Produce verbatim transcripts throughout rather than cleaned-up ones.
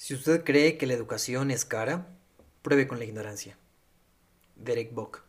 Si usted cree que la educación es cara, pruebe con la ignorancia. Derek Bock.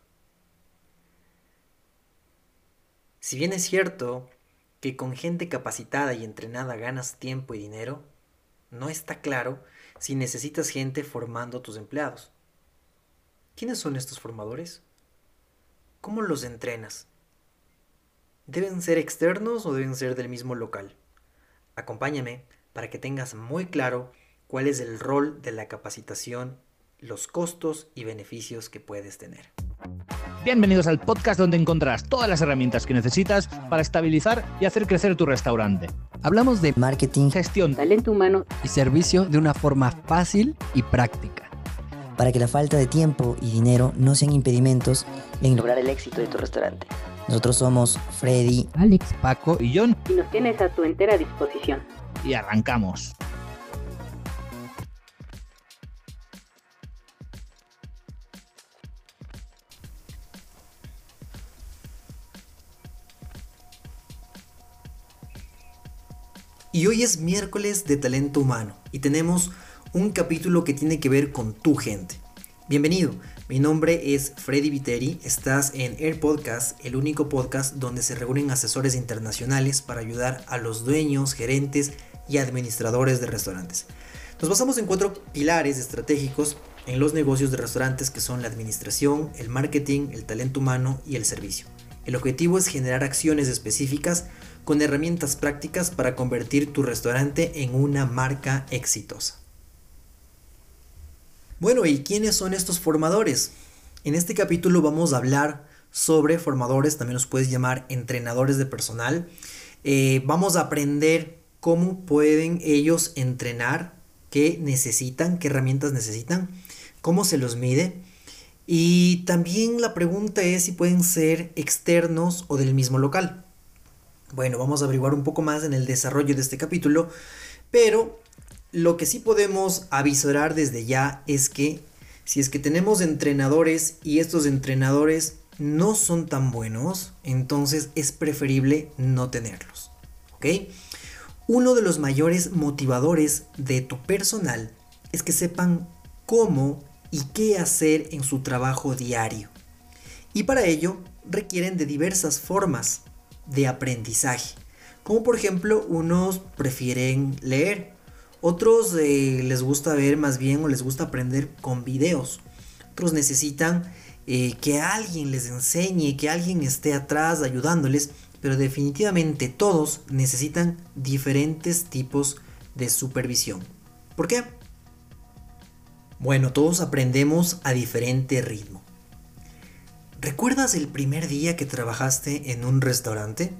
Si bien es cierto que con gente capacitada y entrenada ganas tiempo y dinero, no está claro si necesitas gente formando a tus empleados. ¿Quiénes son estos formadores? ¿Cómo los entrenas? ¿Deben ser externos o deben ser del mismo local? Acompáñame para que tengas muy claro cuál es el rol de la capacitación, los costos y beneficios que puedes tener. Bienvenidos al podcast donde encontrarás todas las herramientas que necesitas para estabilizar y hacer crecer tu restaurante. Hablamos de marketing, Gestión, talento humano y servicio de una forma fácil y práctica, para que la falta de tiempo y dinero no sean impedimentos en lograr el éxito de tu restaurante. Nosotros somos Freddy, Alex, Paco y John. Y nos tienes a tu entera disposición. Y arrancamos. Y hoy es miércoles de talento humano y tenemos un capítulo que tiene que ver con tu gente. Bienvenido, mi nombre es Freddy Viteri, estás en Air Podcast, el único podcast donde se reúnen asesores internacionales para ayudar a los dueños, gerentes y administradores de restaurantes. Nos basamos en cuatro pilares estratégicos en los negocios de restaurantes que son la administración, el marketing, el talento humano y el servicio. El objetivo es generar acciones específicas con herramientas prácticas para convertir tu restaurante en una marca exitosa. Bueno, ¿y quiénes son estos formadores? En este capítulo vamos a hablar sobre formadores, también los puedes llamar entrenadores de personal. Eh, vamos a aprender cómo pueden ellos entrenar, qué necesitan, qué herramientas necesitan, cómo se los mide. Y también la pregunta es si pueden ser externos o del mismo local. Bueno, vamos a averiguar un poco más en el desarrollo de este capítulo, pero lo que sí podemos avisorar desde ya es que si es que tenemos entrenadores y estos entrenadores no son tan buenos, entonces es preferible no tenerlos, ¿ok? Uno de los mayores motivadores de tu personal es que sepan cómo y qué hacer en su trabajo diario. Y para ello requieren de diversas formas de aprendizaje, como por ejemplo unos prefieren leer, otros eh, les gusta ver más bien o les gusta aprender con videos, otros necesitan eh, que alguien les enseñe, que alguien esté atrás ayudándoles, pero definitivamente todos necesitan diferentes tipos de supervisión. ¿Por qué? Bueno, todos aprendemos a diferente ritmo. ¿Recuerdas el primer día que trabajaste en un restaurante?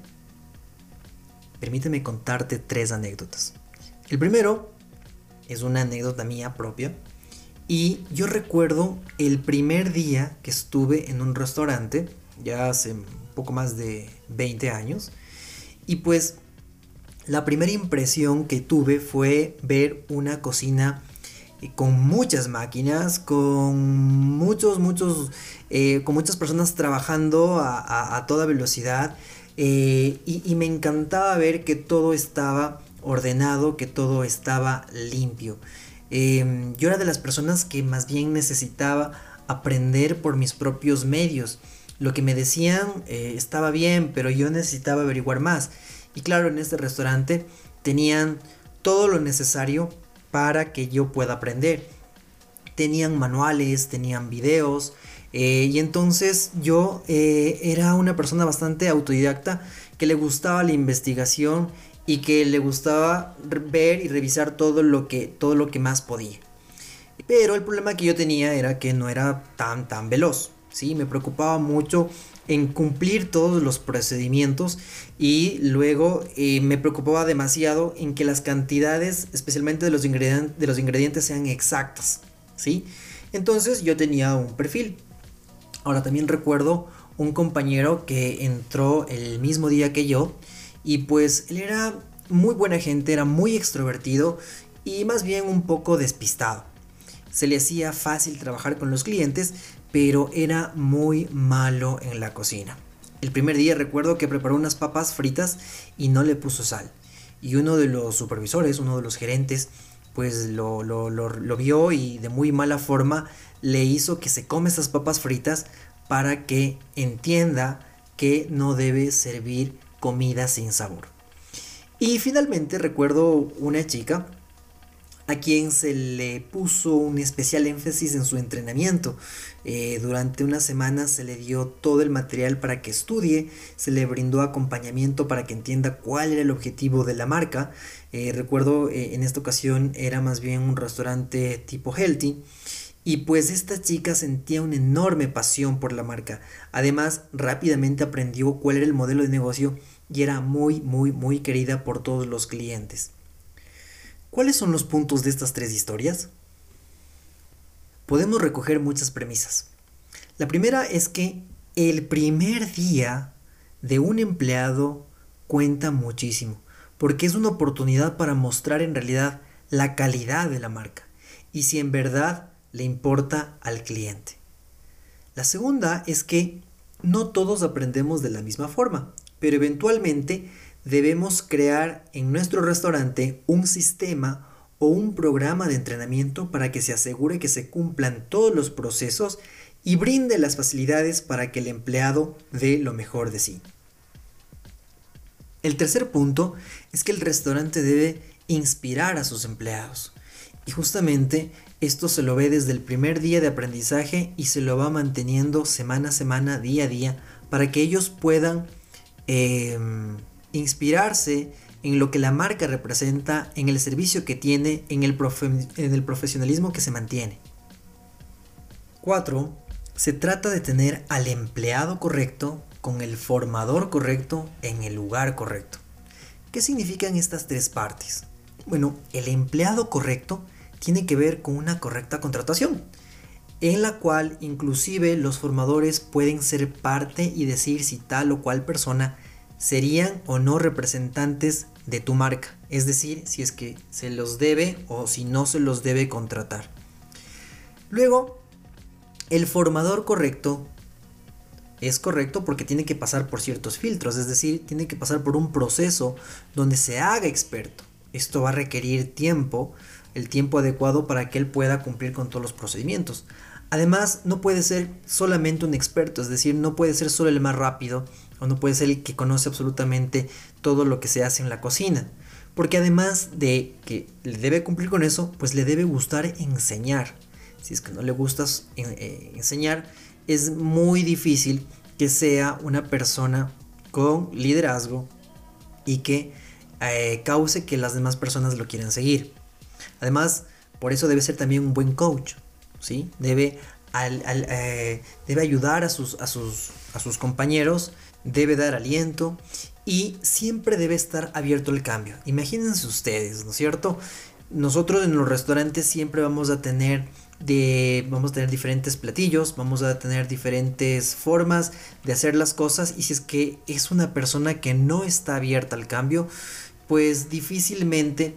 Permíteme contarte tres anécdotas. El primero es una anécdota mía propia y yo recuerdo el primer día que estuve en un restaurante, ya hace un poco más de veinte años, y pues la primera impresión que tuve fue ver una cocina con muchas máquinas, con muchos, muchos, eh, con muchas personas trabajando a, a, a toda velocidad, eh, y, y me encantaba ver que todo estaba ordenado, que todo estaba limpio. Eh, yo era de las personas que más bien necesitaba aprender por mis propios medios. Lo que me decían eh, estaba bien, pero yo necesitaba averiguar más. Y claro, en este restaurante tenían todo lo necesario para que yo pueda aprender. Tenían manuales, tenían videos, eh, y entonces yo eh, era una persona bastante autodidacta que le gustaba la investigación y que le gustaba ver y revisar todo lo que, todo lo que más podía. Pero el problema que yo tenía era que no era tan tan veloz, ¿sí? Me preocupaba mucho en cumplir todos los procedimientos y luego eh, me preocupaba demasiado en que las cantidades, especialmente de los ingredientes, de los ingredientes sean exactas, ¿sí? Entonces yo tenía un perfil. Ahora también recuerdo un compañero que entró el mismo día que yo y pues él era muy buena gente, era muy extrovertido y más bien un poco despistado. Se le hacía fácil trabajar con los clientes, pero era muy malo en la cocina. El primer día recuerdo que preparó unas papas fritas y no le puso sal. Y uno de los supervisores, uno de los gerentes, pues lo, lo, lo, lo vio y de muy mala forma le hizo que se come esas papas fritas para que entienda que no debe servir comida sin sabor. Y finalmente recuerdo una chica a quien se le puso un especial énfasis en su entrenamiento. Eh, durante una semana se le dio todo el material para que estudie, se le brindó acompañamiento para que entienda cuál era el objetivo de la marca. Eh, recuerdo eh, en esta ocasión era más bien un restaurante tipo healthy. Y pues esta chica sentía una enorme pasión por la marca. Además, rápidamente aprendió cuál era el modelo de negocio y era muy, muy, muy querida por todos los clientes. ¿Cuáles son los puntos de estas tres historias? Podemos recoger muchas premisas. La primera es que el primer día de un empleado cuenta muchísimo, porque es una oportunidad para mostrar en realidad la calidad de la marca y si en verdad le importa al cliente. La segunda es que no todos aprendemos de la misma forma, pero eventualmente debemos crear en nuestro restaurante un sistema o un programa de entrenamiento para que se asegure que se cumplan todos los procesos y brinde las facilidades para que el empleado dé lo mejor de sí. El tercer punto es que el restaurante debe inspirar a sus empleados. Y justamente esto se lo ve desde el primer día de aprendizaje y se lo va manteniendo semana a semana, día a día, para que ellos puedan eh, inspirarse en lo que la marca representa, en el servicio que tiene, en el, profe- en el profesionalismo que se mantiene. cuatro. Se trata de tener al empleado correcto con el formador correcto en el lugar correcto. ¿Qué significan estas tres partes? Bueno, el empleado correcto tiene que ver con una correcta contratación, en la cual inclusive los formadores pueden ser parte y decir si tal o cual persona serían o no representantes de tu marca, es decir, si es que se los debe o si no se los debe contratar. Luego, el formador correcto es correcto porque tiene que pasar por ciertos filtros, es decir, tiene que pasar por un proceso donde se haga experto. Esto va a requerir tiempo, el tiempo adecuado para que él pueda cumplir con todos los procedimientos. Además, no puede ser solamente un experto, es decir, no puede ser solo el más rápido o no puede ser el que conoce absolutamente todo lo que se hace en la cocina. Porque además de que le debe cumplir con eso, pues le debe gustar enseñar. Si es que no le gusta eh, enseñar, es muy difícil que sea una persona con liderazgo y que eh, cause que las demás personas lo quieran seguir. Además, por eso debe ser también un buen coach, ¿sí? Debe, al, al, eh, debe ayudar a sus, a, sus, a sus compañeros, debe dar aliento y siempre debe estar abierto al cambio. Imagínense ustedes, ¿no es cierto? Nosotros en los restaurantes siempre vamos a tener de vamos a tener diferentes platillos, vamos a tener diferentes formas de hacer las cosas y si es que es una persona que no está abierta al cambio, pues difícilmente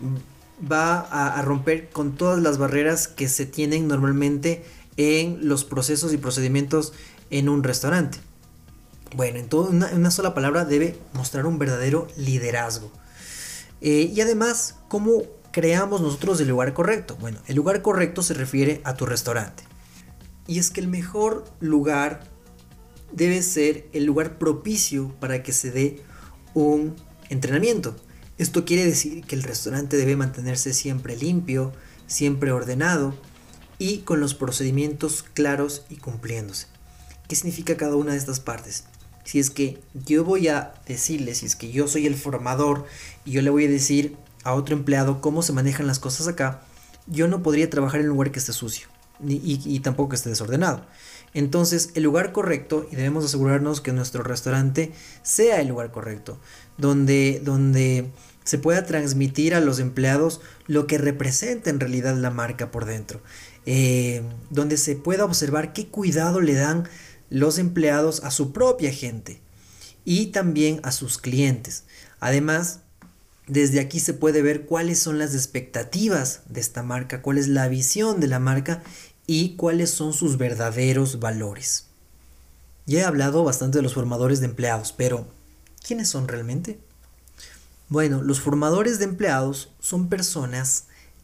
va a, a romper con todas las barreras que se tienen normalmente en los procesos y procedimientos en un restaurante. Bueno, en toda una, una sola palabra debe mostrar un verdadero liderazgo. Eh, y además, ¿cómo creamos nosotros el lugar correcto? Bueno, el lugar correcto se refiere a tu restaurante. Y es que el mejor lugar debe ser el lugar propicio para que se dé un entrenamiento. Esto quiere decir que el restaurante debe mantenerse siempre limpio, siempre ordenado y con los procedimientos claros y cumpliéndose. ¿Qué significa cada una de estas partes? Si es que yo voy a decirle, si es que yo soy el formador y yo le voy a decir a otro empleado cómo se manejan las cosas acá, yo no podría trabajar en un lugar que esté sucio ni, y, y tampoco que esté desordenado. Entonces el lugar correcto, y debemos asegurarnos que nuestro restaurante sea el lugar correcto, donde, donde se pueda transmitir a los empleados lo que representa en realidad la marca por dentro, eh, donde se pueda observar qué cuidado le dan los empleados a su propia gente y también a sus clientes. Además, desde aquí se puede ver cuáles son las expectativas de esta marca, cuál es la visión de la marca y cuáles son sus verdaderos valores. Ya he hablado bastante de los formadores de empleados, pero ¿quiénes son realmente? Bueno, los formadores de empleados son personas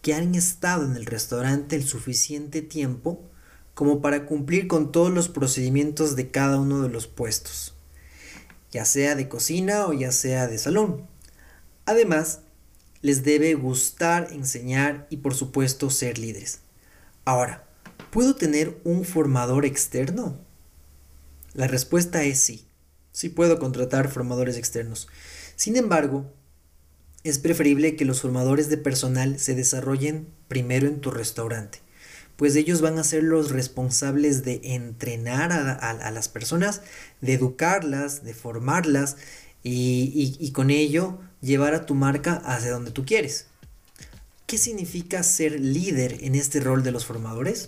que han estado en el restaurante el suficiente tiempo como para cumplir con todos los procedimientos de cada uno de los puestos, ya sea de cocina o ya sea de salón. Además, les debe gustar enseñar y por supuesto ser líderes. Ahora, ¿puedo tener un formador externo? La respuesta es sí. Sí puedo contratar formadores externos. Sin embargo, es preferible que los formadores de personal se desarrollen primero en tu restaurante, pues ellos van a ser los responsables de entrenar a, a, a las personas, de educarlas, de formarlas y, y, y con ello llevar a tu marca hacia donde tú quieres. ¿Qué significa ser líder en este rol de los formadores?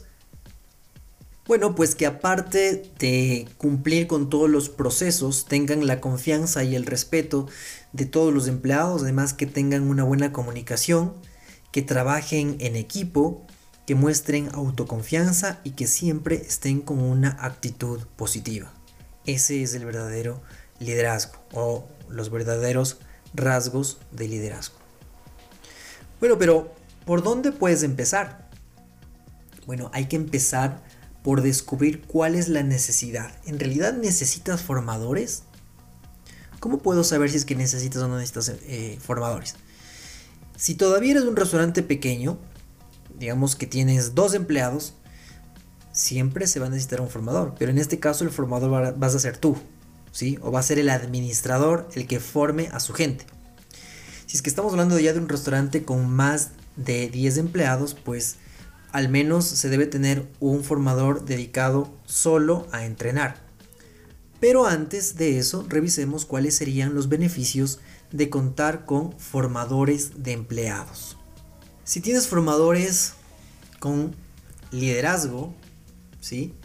Bueno, pues que aparte de cumplir con todos los procesos, tengan la confianza y el respeto de todos los empleados, además que tengan una buena comunicación, que trabajen en equipo, que muestren autoconfianza y que siempre estén con una actitud positiva. Ese es el verdadero liderazgo o los verdaderos rasgos de liderazgo. Bueno, pero ¿por dónde puedes empezar? Bueno, hay que empezar por descubrir cuál es la necesidad. ¿En realidad necesitas formadores? ¿Cómo puedo saber si es que necesitas o no necesitas eh, formadores? Si todavía eres un restaurante pequeño, digamos que tienes dos empleados, siempre se va a necesitar un formador, pero en este caso el formador va, vas a ser tú, ¿sí? O va a ser el administrador el que forme a su gente. Si es que estamos hablando ya de un restaurante con más de diez empleados, pues al menos se debe tener un formador dedicado solo a entrenar. Pero antes de eso, revisemos cuáles serían los beneficios de contar con formadores de empleados. Si tienes formadores con liderazgo, ¿sí?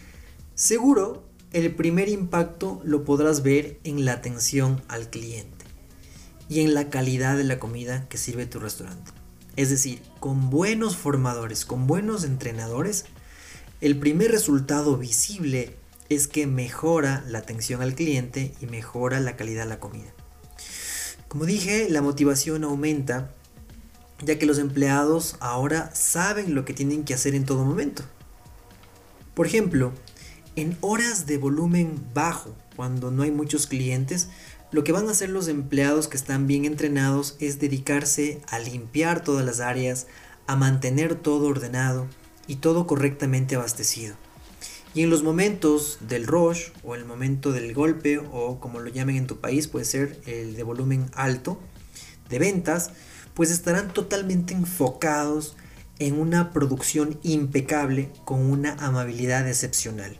Seguro el primer impacto lo podrás ver en la atención al cliente y en la calidad de la comida que sirve tu restaurante. Es decir, con buenos formadores, con buenos entrenadores, el primer resultado visible es que mejora la atención al cliente y mejora la calidad de la comida. Como dije, la motivación aumenta, ya que los empleados ahora saben lo que tienen que hacer en todo momento. Por ejemplo, en horas de volumen bajo, cuando no hay muchos clientes, lo que van a hacer los empleados que están bien entrenados es dedicarse a limpiar todas las áreas, a mantener todo ordenado y todo correctamente abastecido. Y en los momentos del rush o el momento del golpe o como lo llamen en tu país, puede ser el de volumen alto de ventas, pues estarán totalmente enfocados en una producción impecable con una amabilidad excepcional.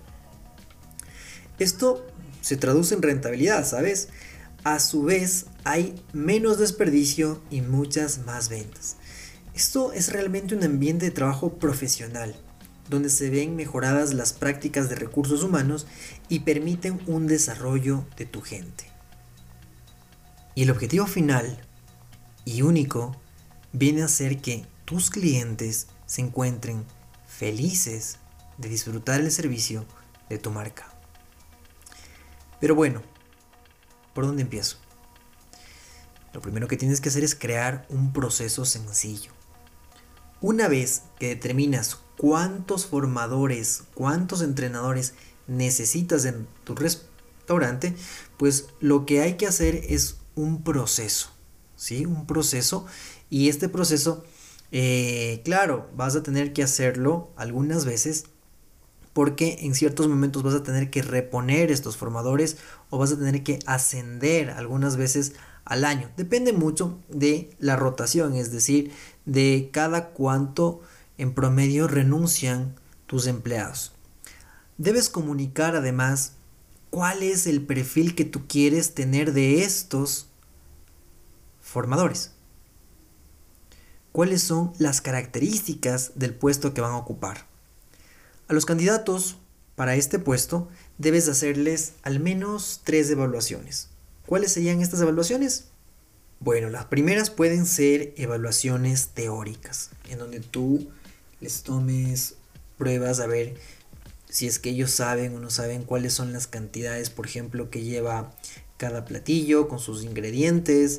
Esto se traduce en rentabilidad, ¿sabes? A su vez, hay menos desperdicio y muchas más ventas. Esto es realmente un ambiente de trabajo profesional, donde se ven mejoradas las prácticas de recursos humanos y permiten un desarrollo de tu gente. Y el objetivo final y único viene a ser que tus clientes se encuentren felices de disfrutar el servicio de tu marca. Pero bueno, ¿por dónde empiezo? Lo primero que tienes que hacer es crear un proceso sencillo. Una vez que determinas cuántos formadores, cuántos entrenadores necesitas en tu restaurante, pues lo que hay que hacer es un proceso, ¿sí? Un proceso, y este proceso, eh, claro, vas a tener que hacerlo algunas veces, porque en ciertos momentos vas a tener que reponer estos formadores o vas a tener que ascender algunas veces al año. Depende mucho de la rotación, es decir, de cada cuánto en promedio renuncian tus empleados. Debes comunicar además cuál es el perfil que tú quieres tener de estos formadores. ¿Cuáles son las características del puesto que van a ocupar? A los candidatos para este puesto debes hacerles al menos tres evaluaciones. ¿Cuáles serían estas evaluaciones? Bueno, las primeras pueden ser evaluaciones teóricas, en donde tú les tomes pruebas a ver si es que ellos saben o no saben cuáles son las cantidades, por ejemplo, que lleva cada platillo con sus ingredientes,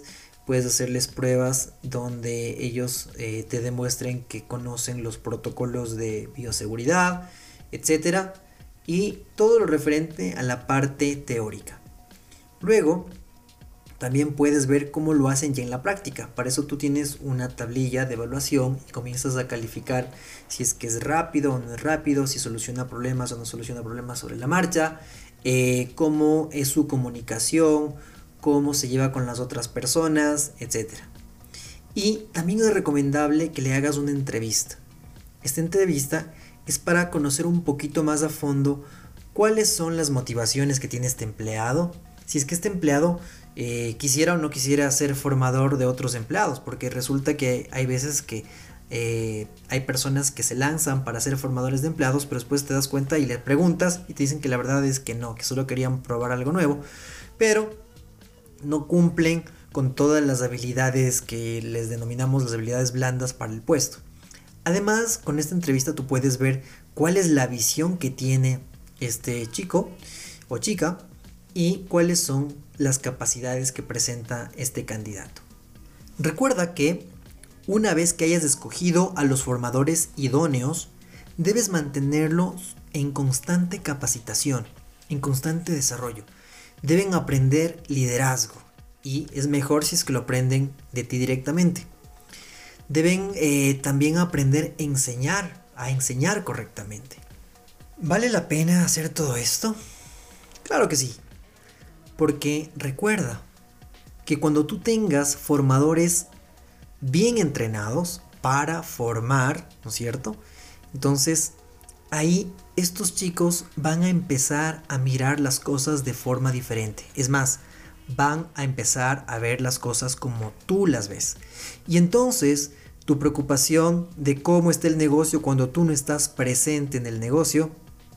puedes hacerles pruebas donde ellos eh, te demuestren que conocen los protocolos de bioseguridad, etcétera, y todo lo referente a la parte teórica. Luego, también puedes ver cómo lo hacen ya en la práctica. Para eso tú tienes una tablilla de evaluación y comienzas a calificar si es que es rápido o no es rápido, si soluciona problemas o no soluciona problemas sobre la marcha, eh, cómo es su comunicación, cómo se lleva con las otras personas, etcétera. Y también es recomendable que le hagas una entrevista. Esta entrevista es para conocer un poquito más a fondo cuáles son las motivaciones que tiene este empleado, si es que este empleado eh, quisiera o no quisiera ser formador de otros empleados, porque resulta que hay veces que eh, hay personas que se lanzan para ser formadores de empleados, pero después te das cuenta y le preguntas y te dicen que la verdad es que no, que solo querían probar algo nuevo, pero no cumplen con todas las habilidades que les denominamos las habilidades blandas para el puesto. Además, con esta entrevista tú puedes ver cuál es la visión que tiene este chico o chica y cuáles son las capacidades que presenta este candidato. Recuerda que una vez que hayas escogido a los formadores idóneos, debes mantenerlos en constante capacitación, en constante desarrollo. Deben aprender liderazgo y es mejor si es que lo aprenden de ti directamente. Deben eh, también aprender a enseñar, a enseñar correctamente. ¿Vale la pena hacer todo esto? Claro que sí. Porque recuerda que cuando tú tengas formadores bien entrenados para formar, ¿no es cierto? Entonces ahí estos chicos van a empezar a mirar las cosas de forma diferente. Es más, van a empezar a ver las cosas como tú las ves. Y entonces tu preocupación de cómo está el negocio cuando tú no estás presente en el negocio,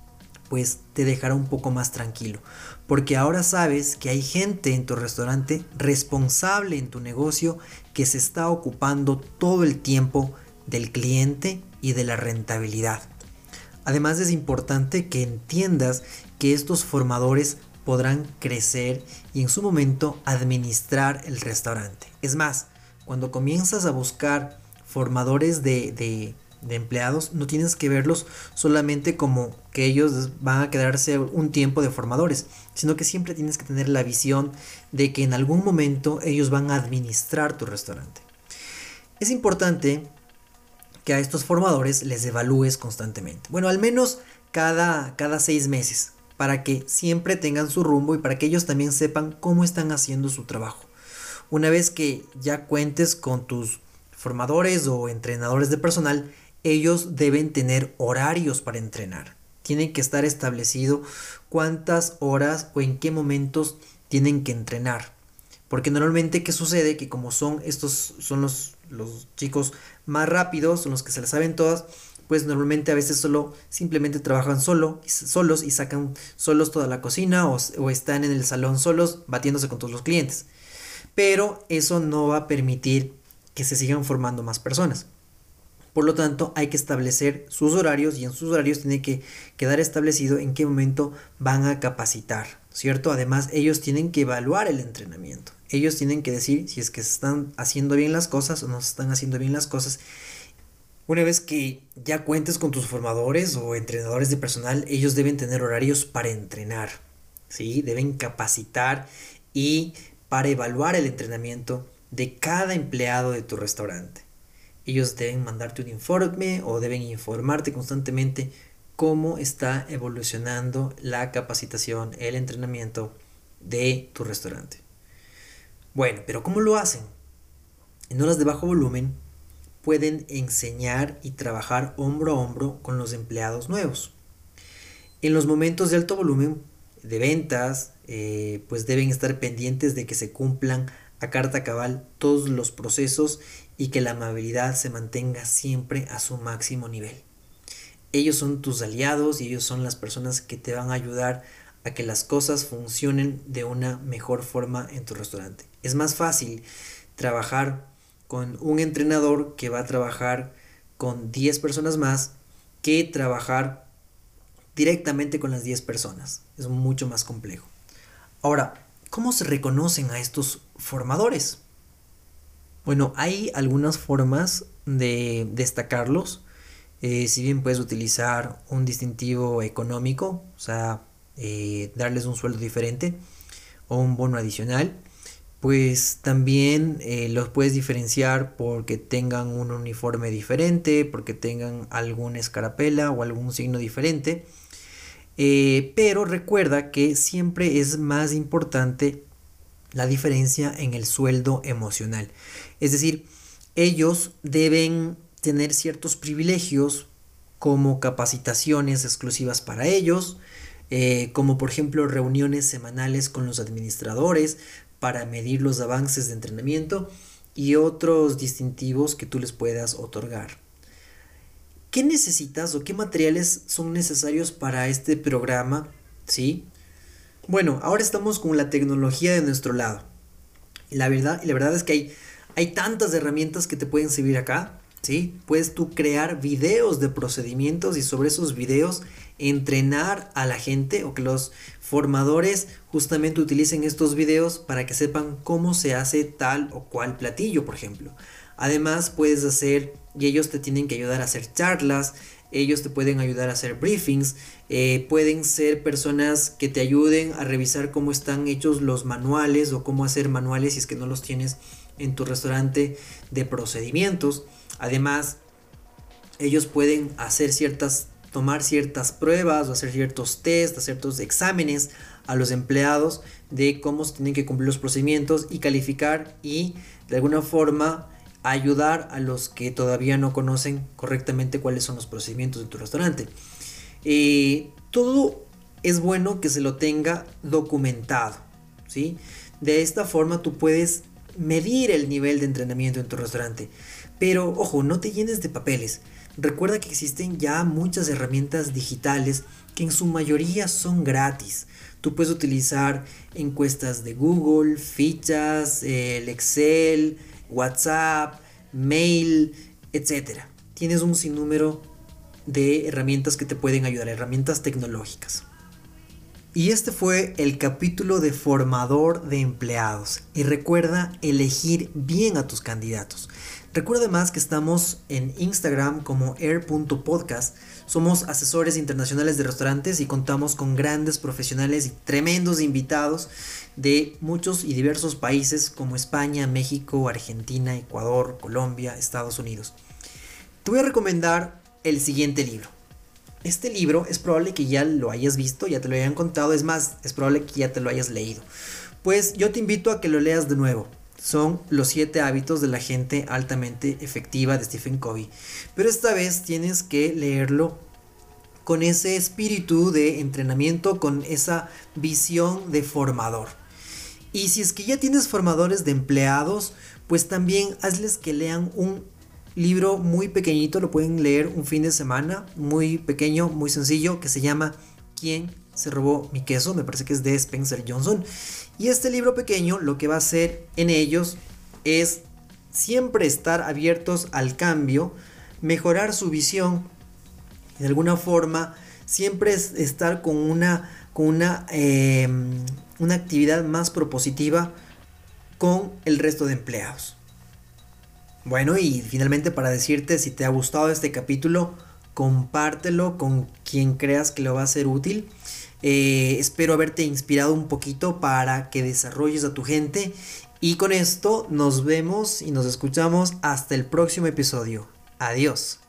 pues te dejará un poco más tranquilo. Porque ahora sabes que hay gente en tu restaurante responsable en tu negocio que se está ocupando todo el tiempo del cliente y de la rentabilidad. Además es importante que entiendas que estos formadores podrán crecer y en su momento administrar el restaurante. Es más, cuando comienzas a buscar formadores de, de, de empleados, no tienes que verlos solamente como que ellos van a quedarse un tiempo de formadores, sino que siempre tienes que tener la visión de que en algún momento ellos van a administrar tu restaurante. Es importante que a estos formadores les evalúes constantemente. Bueno, al menos cada, cada seis meses, para que siempre tengan su rumbo y para que ellos también sepan cómo están haciendo su trabajo. Una vez que ya cuentes con tus formadores o entrenadores de personal, ellos deben tener horarios para entrenar. Tienen que estar establecido cuántas horas o en qué momentos tienen que entrenar. Porque normalmente, ¿qué sucede? Que como son estos son los, los chicos más rápidos, son los que se las saben todas, pues normalmente a veces solo simplemente trabajan solo, solos y sacan solos toda la cocina o, o están en el salón solos batiéndose con todos los clientes. Pero eso no va a permitir que se sigan formando más personas. Por lo tanto, hay que establecer sus horarios y en sus horarios tiene que quedar establecido en qué momento van a capacitar, ¿cierto? Además, ellos tienen que evaluar el entrenamiento. Ellos tienen que decir si es que se están haciendo bien las cosas o no se están haciendo bien las cosas. Una vez que ya cuentes con tus formadores o entrenadores de personal, ellos deben tener horarios para entrenar, ¿sí? Deben capacitar y para evaluar el entrenamiento de cada empleado de tu restaurante. Ellos deben mandarte un informe o deben informarte constantemente cómo está evolucionando la capacitación, el entrenamiento de tu restaurante. Bueno, pero ¿cómo lo hacen? En horas de bajo volumen pueden enseñar y trabajar hombro a hombro con los empleados nuevos. En los momentos de alto volumen de ventas, eh, pues deben estar pendientes de que se cumplan a carta cabal todos los procesos y que la amabilidad se mantenga siempre a su máximo nivel. Ellos son tus aliados y ellos son las personas que te van a ayudar a que las cosas funcionen de una mejor forma en tu restaurante. Es más fácil trabajar con un entrenador que va a trabajar con diez personas más que trabajar directamente con las diez personas. Es mucho más complejo. Ahora, ¿cómo se reconocen a estos formadores? Bueno, hay algunas formas de destacarlos. Eh, si bien puedes utilizar un distintivo económico, o sea, eh, darles un sueldo diferente o un bono adicional, pues también eh, los puedes diferenciar porque tengan un uniforme diferente, porque tengan alguna escarapela o algún signo diferente. Eh, pero recuerda que siempre es más importante la diferencia en el sueldo emocional. Es decir, ellos deben tener ciertos privilegios como capacitaciones exclusivas para ellos, eh, como por ejemplo reuniones semanales con los administradores para medir los avances de entrenamiento y otros distintivos que tú les puedas otorgar. ¿Qué necesitas o qué materiales son necesarios para este programa? ¿Sí? Bueno, ahora estamos con la tecnología de nuestro lado. Y la verdad, y la verdad es que hay, hay tantas herramientas que te pueden servir acá. ¿Sí? Puedes tú crear videos de procedimientos y sobre esos videos entrenar a la gente o que los formadores justamente utilicen estos videos para que sepan cómo se hace tal o cual platillo, por ejemplo. Además puedes hacer, y ellos te tienen que ayudar a hacer charlas, ellos te pueden ayudar a hacer briefings, eh, pueden ser personas que te ayuden a revisar cómo están hechos los manuales o cómo hacer manuales si es que no los tienes en tu restaurante de procedimientos. Además, ellos pueden hacer ciertas, tomar ciertas pruebas o hacer ciertos test, hacer ciertos exámenes a los empleados de cómo se tienen que cumplir los procedimientos y calificar y de alguna forma ayudar a los que todavía no conocen correctamente cuáles son los procedimientos de tu restaurante. Eh, todo es bueno que se lo tenga documentado, ¿sí? De esta forma tú puedes medir el nivel de entrenamiento en tu restaurante. Pero ojo, no te llenes de papeles. Recuerda que existen ya muchas herramientas digitales que en su mayoría son gratis. Tú puedes utilizar encuestas de Google, fichas, el Excel, WhatsApp, mail, etcétera. Tienes un sinnúmero de herramientas que te pueden ayudar, herramientas tecnológicas. Y este fue el capítulo de formador de empleados. Y recuerda elegir bien a tus candidatos. Recuerda además que estamos en Instagram como air punto podcast. Somos asesores internacionales de restaurantes y contamos con grandes profesionales y tremendos invitados de muchos y diversos países como España, México, Argentina, Ecuador, Colombia, Estados Unidos. Te voy a recomendar el siguiente libro. Este libro es probable que ya lo hayas visto, ya te lo hayan contado, es más, es probable que ya te lo hayas leído. Pues yo te invito a que lo leas de nuevo. Son Los siete hábitos de la gente altamente efectiva de Stephen Covey. Pero esta vez tienes que leerlo con ese espíritu de entrenamiento, con esa visión de formador. Y si es que ya tienes formadores de empleados, pues también hazles que lean un libro muy pequeñito, lo pueden leer un fin de semana, muy pequeño, muy sencillo, que se llama ¿Quién se robó mi queso? Me parece que es de Spencer Johnson. Y este libro pequeño lo que va a hacer en ellos es siempre estar abiertos al cambio, mejorar su visión y de alguna forma siempre es estar con una, con una, eh, una actividad más propositiva con el resto de empleados. Bueno, y finalmente para decirte, si te ha gustado este capítulo, compártelo con quien creas que le va a ser útil. Eh, espero haberte inspirado un poquito para que desarrolles a tu gente. Y con esto nos vemos y nos escuchamos hasta el próximo episodio. Adiós.